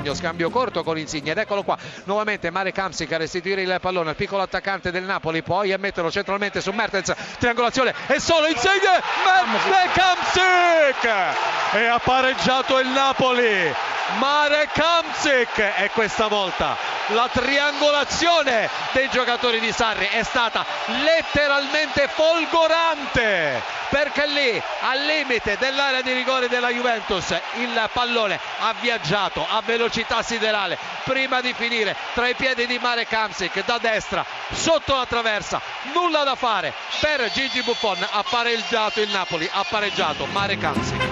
segno, scambio corto con Insigne ed eccolo qua nuovamente Marek Hamsik a restituire il pallone al piccolo attaccante del Napoli, poi a metterlo centralmente su Mertens, triangolazione e solo Insigne, Marek Hamsik e ha pareggiato il Napoli. Marek Hamsik, e questa volta la triangolazione dei giocatori di Sarri è stata letteralmente folgorante, perché lì al limite dell'area di rigore della Juventus il pallone ha viaggiato a velocità siderale prima di finire tra i piedi di Marek Hamsik da destra sotto la traversa, nulla da fare per Gigi Buffon, ha pareggiato il Napoli, ha pareggiato Marek Hamsik.